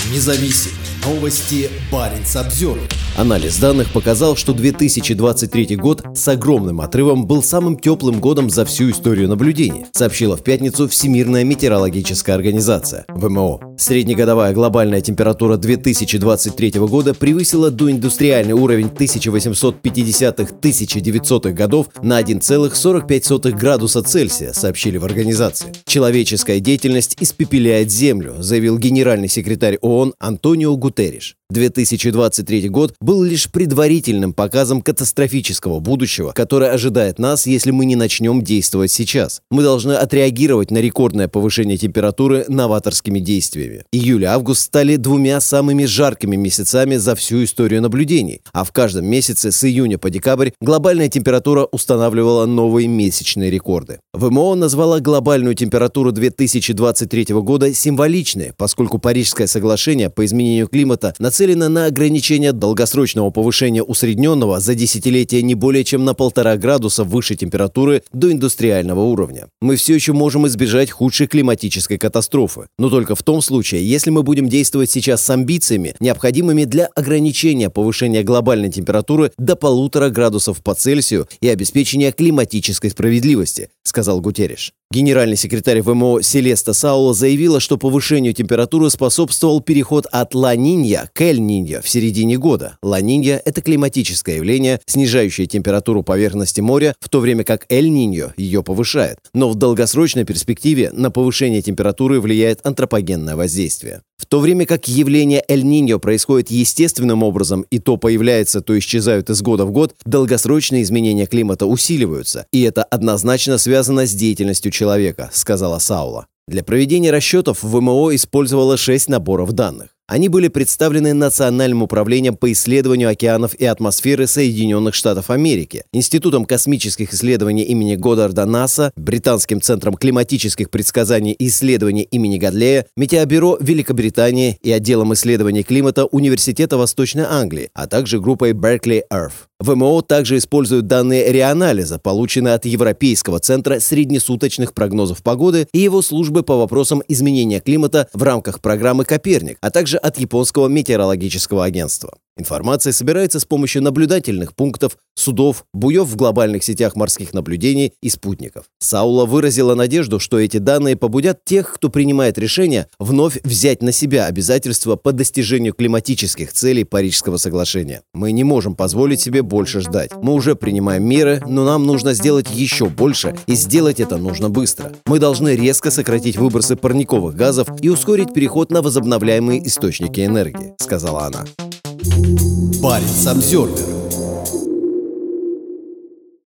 Независим. Новости Баренц-Обзервер. Анализ данных показал, что 2023 год с огромным отрывом был самым теплым годом за всю историю наблюдений, сообщила в пятницу Всемирная метеорологическая организация ВМО. Среднегодовая глобальная температура 2023 года превысила доиндустриальный уровень 1850-1900-х годов на 1,45 градуса Цельсия, сообщили в организации. Человеческая деятельность испепеляет Землю, заявил генеральный секретарь ООН Антонио Гутерриш. 2023 год был лишь предварительным показом катастрофического будущего, которое ожидает нас, если мы не начнем действовать сейчас. Мы должны отреагировать на рекордное повышение температуры новаторскими действиями. Июль и август стали двумя самыми жаркими месяцами за всю историю наблюдений, а в каждом месяце с июня по декабрь глобальная температура устанавливала новые месячные рекорды. ВМО назвала глобальную температуру 2023 года символичной, поскольку Парижское соглашение по изменению климата нацелено на ограничение долгосрочного повышения усредненного за десятилетие не более чем на 1,5 градуса выше температуры до индустриального уровня. Мы все еще можем избежать худшей климатической катастрофы, но только в том случае, если мы будем действовать сейчас с амбициями, необходимыми для ограничения повышения глобальной температуры до 1,5 градусов по Цельсию и обеспечения климатической справедливости, сказал Гутерриш. Генеральный секретарь ВМО Селеста Саула заявила, что повышению температуры способствовал переход от Ла-Нинья к Эль-Ниньо в середине года. Ла-Нинья – это климатическое явление, снижающее температуру поверхности моря, в то время как Эль-Ниньо ее повышает. Но в долгосрочной перспективе на повышение температуры влияет антропогенное воздействие. В то время как явление Эль-Ниньо происходит естественным образом и то появляется, то исчезают из года в год, долгосрочные изменения климата усиливаются, и это однозначно связано с деятельностью человека, сказала Саула. Для проведения расчетов ВМО использовала 6 наборов данных. Они были представлены Национальным управлением по исследованию океанов и атмосферы Соединенных Штатов Америки, Институтом космических исследований имени Годдарда НАСА, Британским центром климатических предсказаний и исследований имени Гадлея, Метеобюро Великобритании и отделом исследований климата Университета Восточной Англии, а также группой Berkeley Earth. ВМО также используют данные реанализа, полученные от Европейского центра среднесуточных прогнозов погоды и его службы по вопросам изменения климата в рамках программы «Коперник», а также от Японского метеорологического агентства. Информация собирается с помощью наблюдательных пунктов, судов, буев в глобальных сетях морских наблюдений и спутников. Саула выразила надежду, что эти данные побудят тех, кто принимает решение, вновь взять на себя обязательства по достижению климатических целей Парижского соглашения. Мы не можем позволить себе больше ждать. Мы уже принимаем меры, но нам нужно сделать еще больше, и сделать это нужно быстро. Мы должны резко сократить выбросы парниковых газов и ускорить переход на возобновляемые источники энергии, сказала она. Баренц-Обзервер.